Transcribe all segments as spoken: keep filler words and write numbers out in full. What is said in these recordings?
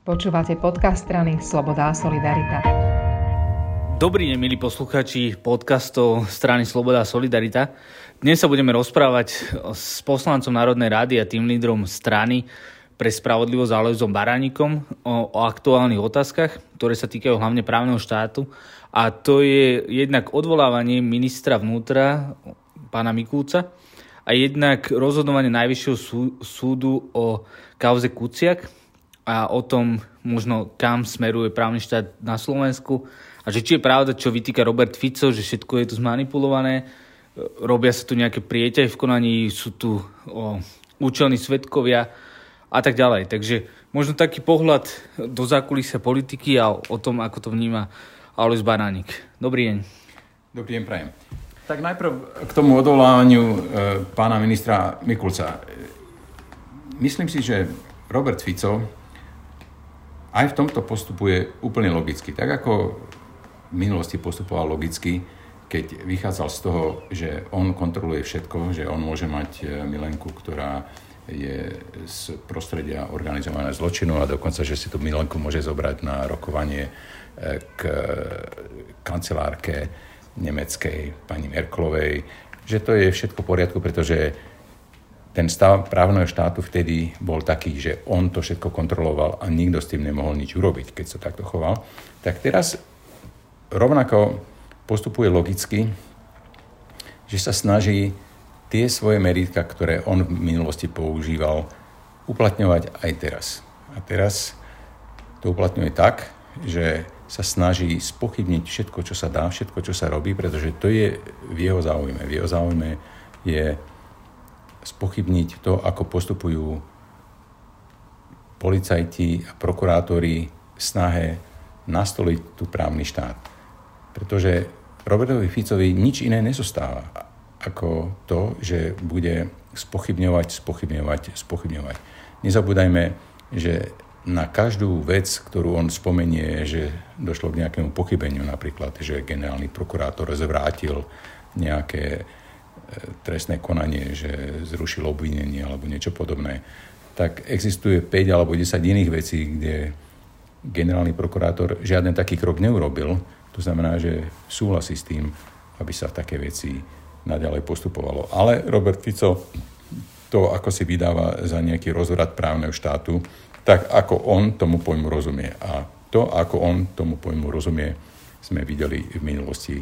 Počúvate podcast strany Sloboda a Solidarita. Dobrý deň, milí poslucháči podcastov strany Sloboda a Solidarita. Dnes sa budeme rozprávať s poslancom Národnej rady a tým lídrom strany pre spravodlivosť Alojzom Baránikom o, o aktuálnych otázkach, ktoré sa týkajú hlavne právneho štátu. A to je jednak odvolávanie ministra vnútra, pána Mikulca, a jednak rozhodovanie Najvyššieho sú, súdu o kauze Kuciak a o tom možno kam smeruje právny štát na Slovensku a že či je pravda, čo vytýka Robert Fico, že všetko je tu zmanipulované, robia sa tu nejaké prieťahy v konaní, sú tu o, účelní svedkovia a tak ďalej. Takže možno taký pohľad do zákulisia politiky a o tom, ako to vníma Alojz Baránik. Dobrý deň. Dobrý deň, prajem. Tak najprv k tomu odvolávaniu e, pána ministra Mikulca. Myslím si, že Robert Fico aj v tomto postupuje úplne logicky. Tak ako v minulosti postupoval logicky, keď vychádzal z toho, že on kontroluje všetko, že on môže mať milenku, ktorá je z prostredia organizovaného zločinu a dokonca, že si tú milenku môže zobrať na rokovanie k kancelárke nemeckej pani Merkelovej, že to je všetko v poriadku, pretože ten stav právneho štátu vtedy bol taký, že on to všetko kontroloval a nikto s tým nemohol nič urobiť, keď sa takto choval. Tak teraz rovnako postupuje logicky, že sa snaží tie svoje meritka, ktoré on v minulosti používal, uplatňovať aj teraz. A teraz to uplatňuje tak, že sa snaží spochybniť všetko, čo sa dá, všetko, čo sa robí, pretože to je v jeho záujme. V jeho záujme je spochybniť to, ako postupujú policajti a prokurátori v snahe nastoliť tu právny štát. Pretože Robertovi Ficovi nič iné nezostáva ako to, že bude spochybňovať, spochybňovať, spochybňovať. Nezabúdajme, že na každú vec, ktorú on spomenie, že došlo k nejakému pochybeniu, napríklad, že generálny prokurátor zvrátil nejaké trestné konanie, že zrušil obvinenie alebo niečo podobné, tak existuje päť alebo desať iných vecí, kde generálny prokurátor žiaden taký krok neurobil. To znamená, že súhlasí s tým, aby sa také veci naďalej postupovalo. Ale Robert Fico to, ako si vydáva za nejaký rozvrat právneho štátu, tak ako on tomu pojmu rozumie. A to, ako on tomu pojmu rozumie, sme videli v minulosti,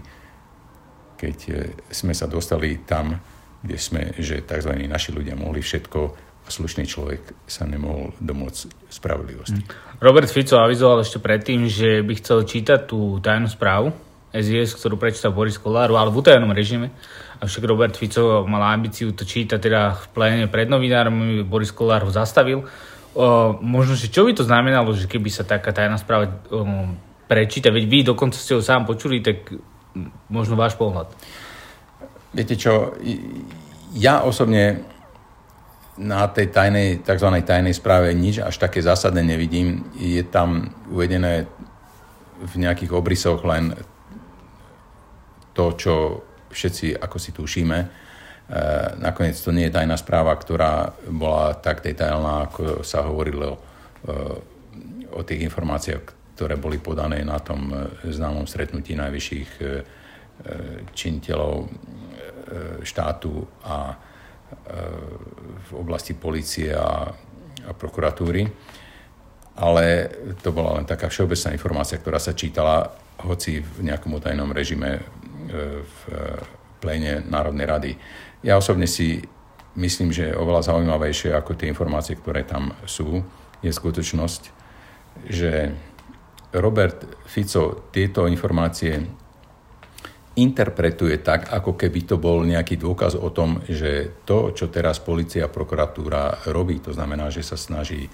keď sme sa dostali tam, kde sme, že tzv. Naši ľudia mohli všetko a slušný človek sa nemohol domôcť spravodlivosti. Robert Fico avizoval ešte predtým, že by chcel čítať tú tajnú správu es í es, ktorú prečítal Boris Kollár, ale v utajenom režime. Avšak Robert Fico mal ambíciu to čítať teda v pléne pred novinármi, Boris Kollár ho zastavil. O, možno, že čo by to znamenalo, že keby sa taká tajná správa o, prečíta, veď vy dokonca ste ho sám počuli, tak možno váš pohľad. Viete čo, ja osobne na tej tajnej, tzv. Tajnej správe nič až také zásadné nevidím. Je tam uvedené v nejakých obrysoch len to, čo všetci ako si tušíme. E, nakoniec to nie je tajná správa, ktorá bola tak detailná, ako sa hovorilo e, o tých informáciách, ktoré boli podané na tom známom stretnutí najvyšších činiteľov štátu a v oblasti polície a, a prokuratúry. Ale to bola len taká všeobecná informácia, ktorá sa čítala hoci v nejakom tajnom režime v pléne Národnej rady. Ja osobne si myslím, že oveľa zaujímavejšie ako tie informácie, ktoré tam sú, je skutočnosť, že Robert Fico tieto informácie interpretuje tak, ako keby to bol nejaký dôkaz o tom, že to, čo teraz polícia a prokuratúra robí, to znamená, že sa snaží e,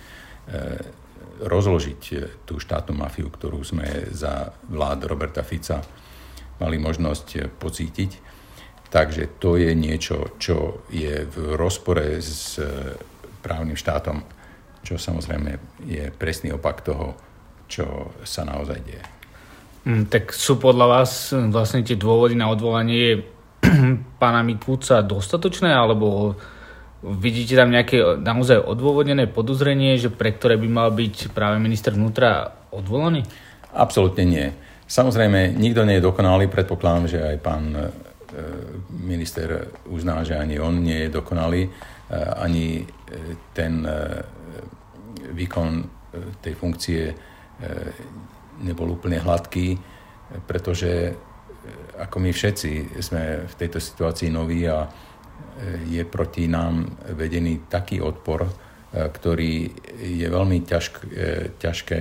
rozložiť tú štátnu mafiu, ktorú sme za vlád Roberta Fica mali možnosť pocítiť. Takže to je niečo, čo je v rozpore s právnym štátom, čo samozrejme je presný opak toho, čo sa naozaj deje. Mm, tak sú podľa vás vlastne tie dôvody na odvolanie pána Mikulca dostatočné, alebo Vidíte tam nejaké naozaj odôvodnené podozrenie, že pre ktoré by mal byť práve minister vnútra odvolaný? Absolútne nie. Samozrejme, nikto nie je dokonalý. Predpokladám, že aj pán minister uzná, že ani on nie je dokonalý. Ani ten výkon tej funkcie nebol úplne hladký, pretože ako my všetci sme v tejto situácii noví a je proti nám vedený taký odpor, ktorý je veľmi ťažk, ťažké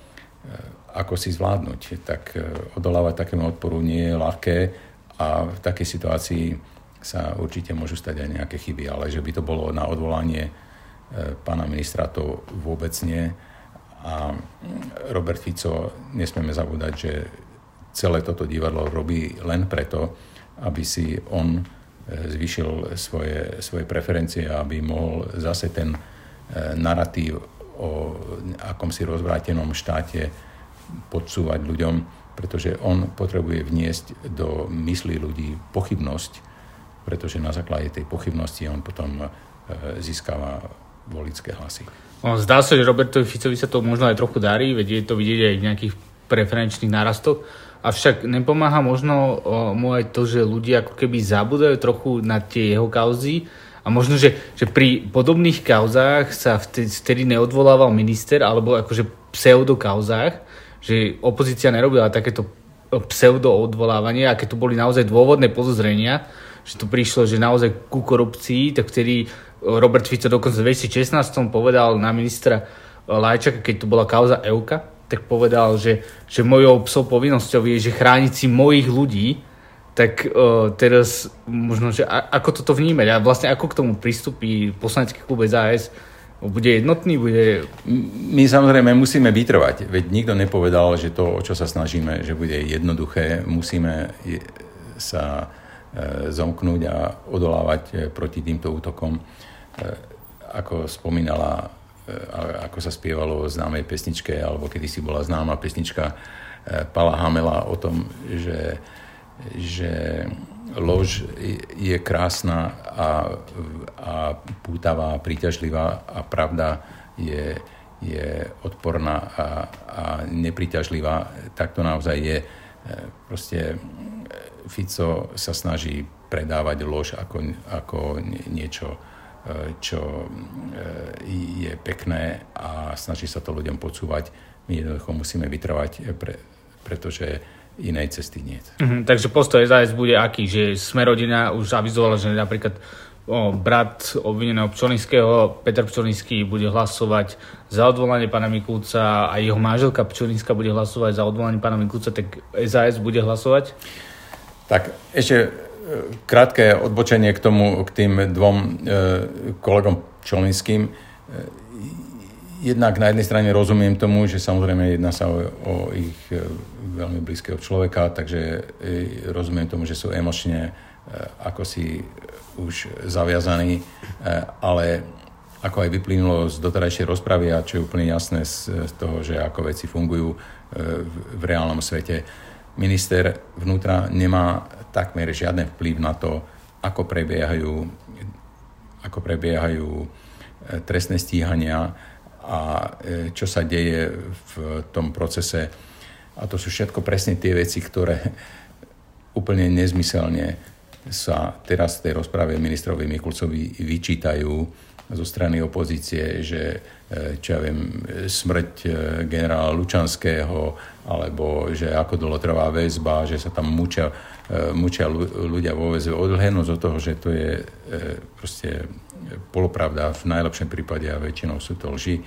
ako si zvládnuť. Tak odolávať takému odporu nie je ľahké a v takej situácii sa určite môžu stať aj nejaké chyby, ale že by to bolo na odvolanie pána ministra, to vôbec nie. A Robert Fico, nesmieme zabúdať, že celé toto divadlo robí len preto, aby si on zvýšil svoje, svoje preferencie a aby mohol zase ten naratív o akomsi rozvrátenom štáte podsúvať ľuďom, pretože on potrebuje vniesť do myslí ľudí pochybnosť, pretože na základe tej pochybnosti on potom získava voličské hlasy. Zdá sa, že Robertovi Ficovi sa to možno aj trochu darí, veď je to vidieť aj v nejakých preferenčných nárastoch. Avšak nepomáha možno mu aj to, že ľudia ako keby zabúdajú trochu na tie jeho kauzy a možno, že, že pri podobných kauzách sa vtedy neodvolával minister alebo akože pseudokauzách, že opozícia nerobila takéto pseudo-odvolávanie a keď tu boli naozaj dôvodné podozrenia, že tu prišlo, že naozaj ku korupcii, tak vtedy Robert Fico dokonca v dvetisícšestnásť povedal na ministra Lajčaka, keď tu bola kauza Euka, tak povedal, že, že mojou psou povinnosťou je, že chrániť si mojich ľudí, tak uh, teraz možno, že a, ako toto vnímať a vlastne ako k tomu pristúpi poslanecký klub es a es? Bude jednotný? Bude... My samozrejme musíme vytrvať, veď nikto nepovedal, že to, o čo sa snažíme, že bude jednoduché. Musíme sa e, zomknúť a odolávať e, proti týmto útokom. E, ako spomínala ako sa spievalo v známej pesničke, alebo kedysi bola známa pesnička Pala Hamela o tom, že, že lož je krásna a, a pútavá, príťažlivá a pravda je, je odporná a, a nepríťažlivá. Tak to naozaj je. Proste Fico sa snaží predávať lož ako, ako niečo, čo je pekné a snaží sa to ľuďom podsúvať. My jednoducho musíme vytrvať, pre, pretože inej cesty nie. Mhm, takže postoj es a es bude aký? Že Smer-rodina už avizovala, že napríklad o, brat obvineného Pčolinského, Peter Pčolinský, bude hlasovať za odvolanie pána Mikulca a jeho manželka Pčolinská bude hlasovať za odvolanie pána Mikulca, tak es a es bude hlasovať? Tak ešte krátke odbočenie k tomu, k tým dvom e, kolegom Pčolinským. E, jednak na jednej strane rozumiem tomu, že samozrejme jedná sa o, o ich e, veľmi blízkeho človeka, takže e, rozumiem tomu, že sú emočne e, ako si už zaviazaní, e, ale ako aj vyplynulo z doterajšej rozpravy a čo je úplne jasné z, z toho, že ako veci fungujú e, v, v reálnom svete, minister vnútra nemá takmer žiadny vplyv na to, ako prebiehajú, ako prebiehajú trestné stíhania a čo sa deje v tom procese. A to sú všetko presne tie veci, ktoré úplne nezmyselne sa teraz v tej rozprave ministrovi Mikulcovi vyčítajú zo strany opozície, že čo ja viem, smrť generála Lučanského, alebo že ako dlho trvá väzba, že sa tam mučia, mučia ľudia vo väzbe. Odhľadnúť od toho, že to je proste polopravda v najlepšom prípade a väčšinou sú to lži.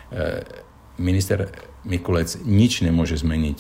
Minister Mikulec nič nemôže zmeniť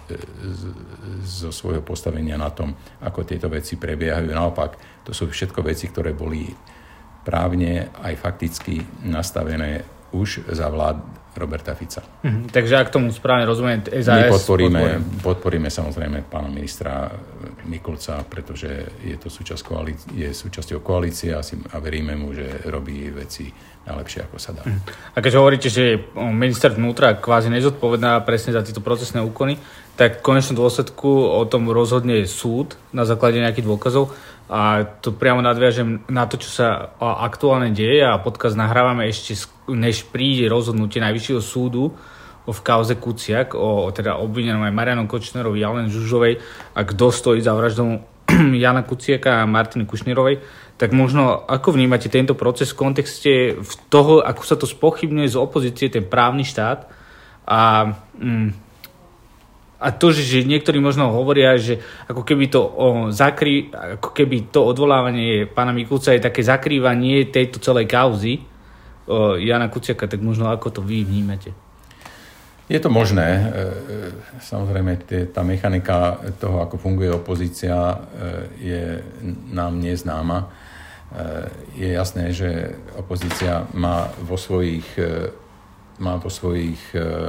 zo svojho postavenia na tom, ako tieto veci prebiehajú. Naopak, to sú všetko veci, ktoré boli právne aj fakticky nastavené už za vlád Roberta Fica. Mhm, takže ak tomu správne rozumiem, es a es... My podporíme, podporíme samozrejme pána ministra Mikulca, pretože je to súčasť koalície, je súčasťou koalície a, si, a veríme mu, že robí veci najlepšie, ako sa dá. Mhm. A keď hovoríte, že minister vnútra kvázi nezodpovedná presne za tieto procesné úkony, tak v konečnom dôsledku o tom rozhodne súd na základe nejakých dôkazov. A to priamo nadviažem na to, čo sa aktuálne deje a podcast nahrávame ešte, než príde rozhodnutie Najvyššieho súdu v kauze Kuciak, o teda obvinenom aj Marianom Kočnerovi, Alene Žužovej a kto stojí za vraždou Jana Kuciaka a Martiny Kušnírovej. Tak možno ako vnímate tento proces v kontexte v toho, ako sa to spochybňuje z opozície, ten právny štát a... Mm, A to, že, že niektorí možno hovoria, že ako keby to, o, zakry, ako keby to odvolávanie pána Mikulca je také zakrývanie tejto celej kauzy o, Jana Kuciaka, tak možno ako to vy vnímate? Je to možné. Samozrejme, tá mechanika toho, ako funguje opozícia, je nám neznáma. Je jasné, že opozícia má vo svojich, má vo svojich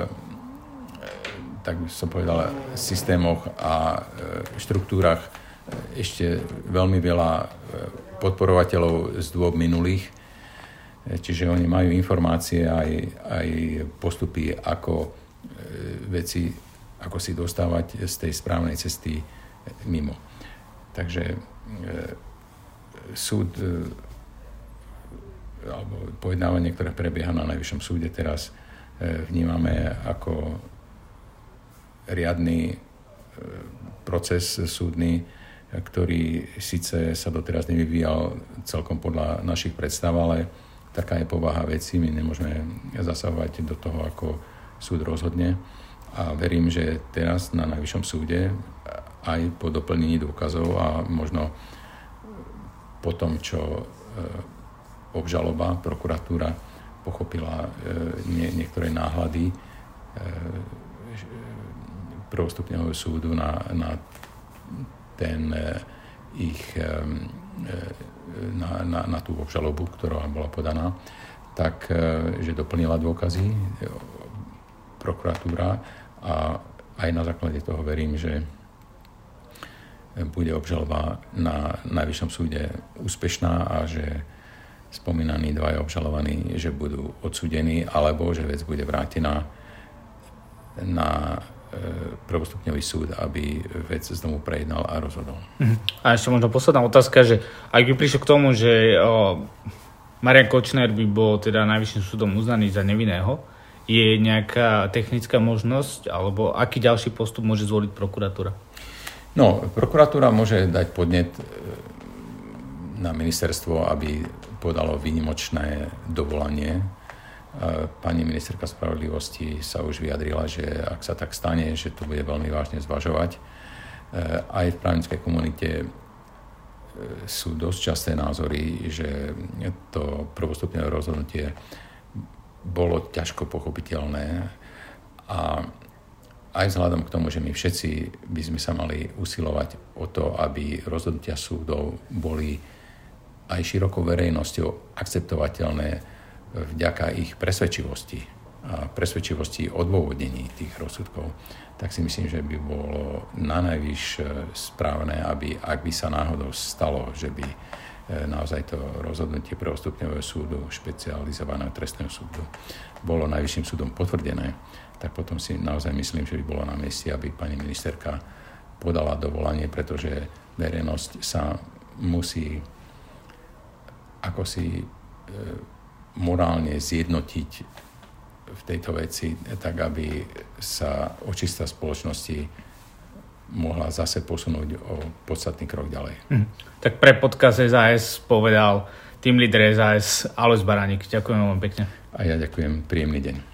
tak by som povedal, systémoch a štruktúrach ešte veľmi veľa podporovateľov z dôb minulých. Čiže oni majú informácie aj, aj postupy, ako veci, ako si dostávať z tej správnej cesty mimo. Takže súd alebo pojednávanie, ktoré prebieha na Najvyššom súde teraz, vnímame ako riadny proces súdny, ktorý síce sa doteraz nevyvíjal celkom podľa našich predstav, ale taká je povaha veci. My nemôžeme zasahovať do toho, ako súd rozhodne. A verím, že teraz na Najvyššom súde aj po doplnení dôkazov a možno po tom, čo obžaloba, prokuratúra pochopila nie, niektoré náhľady prvostupňového súdu na, na ten ich na, na, na tú obžalobu, ktorá bola podaná, tak že doplnila dôkazy prokuratúra a aj na základe toho verím, že bude obžaloba na Najvyššom súde úspešná a že spomínaní dvaja obžalovaní, že budú odsúdení, alebo že vec bude vrátená na prvostupňový súd, aby vec znovu prejednal a rozhodol. A ešte možno posledná otázka, že ak by prišlo k tomu, že o, Marian Kočner by bol teda Najvyšším súdom uznaný za nevinného, je nejaká technická možnosť, alebo aký ďalší postup môže zvoliť prokuratúra? No, prokuratúra môže dať podnet na ministerstvo, aby podalo výnimočné dovolanie. Pani ministerka spravodlivosti sa už vyjadrila, že ak sa tak stane, že to bude veľmi vážne zvažovať. Aj v právnickej komunite sú dosť časté názory, že to prvostupňové rozhodnutie bolo ťažko pochopiteľné a aj vzhľadom k tomu, že my všetci by sme sa mali usilovať o to, aby rozhodnutia súdov boli aj širokou verejnosťou akceptovateľné vďaka ich presvedčivosti a presvedčivosti odôvodnení tých rozsudkov, tak si myslím, že by bolo nanajvýš správne, aby, ak by sa náhodou stalo, že by naozaj to rozhodnutie prvostupňového súdu, špecializovaného trestného súdu, bolo Najvyšším súdom potvrdené, tak potom si naozaj myslím, že by bolo na mieste, aby pani ministerka podala dovolanie, pretože verejnosť sa musí ako si morálne zjednotiť v tejto veci, tak aby sa očistá spoločnosti mohla zase posunúť o podstatný krok ďalej. Hm. Tak pre podcast es a es povedal tým líder es a es Alojz Baránik. Ďakujem veľmi pekne. A ja ďakujem. Príjemný deň.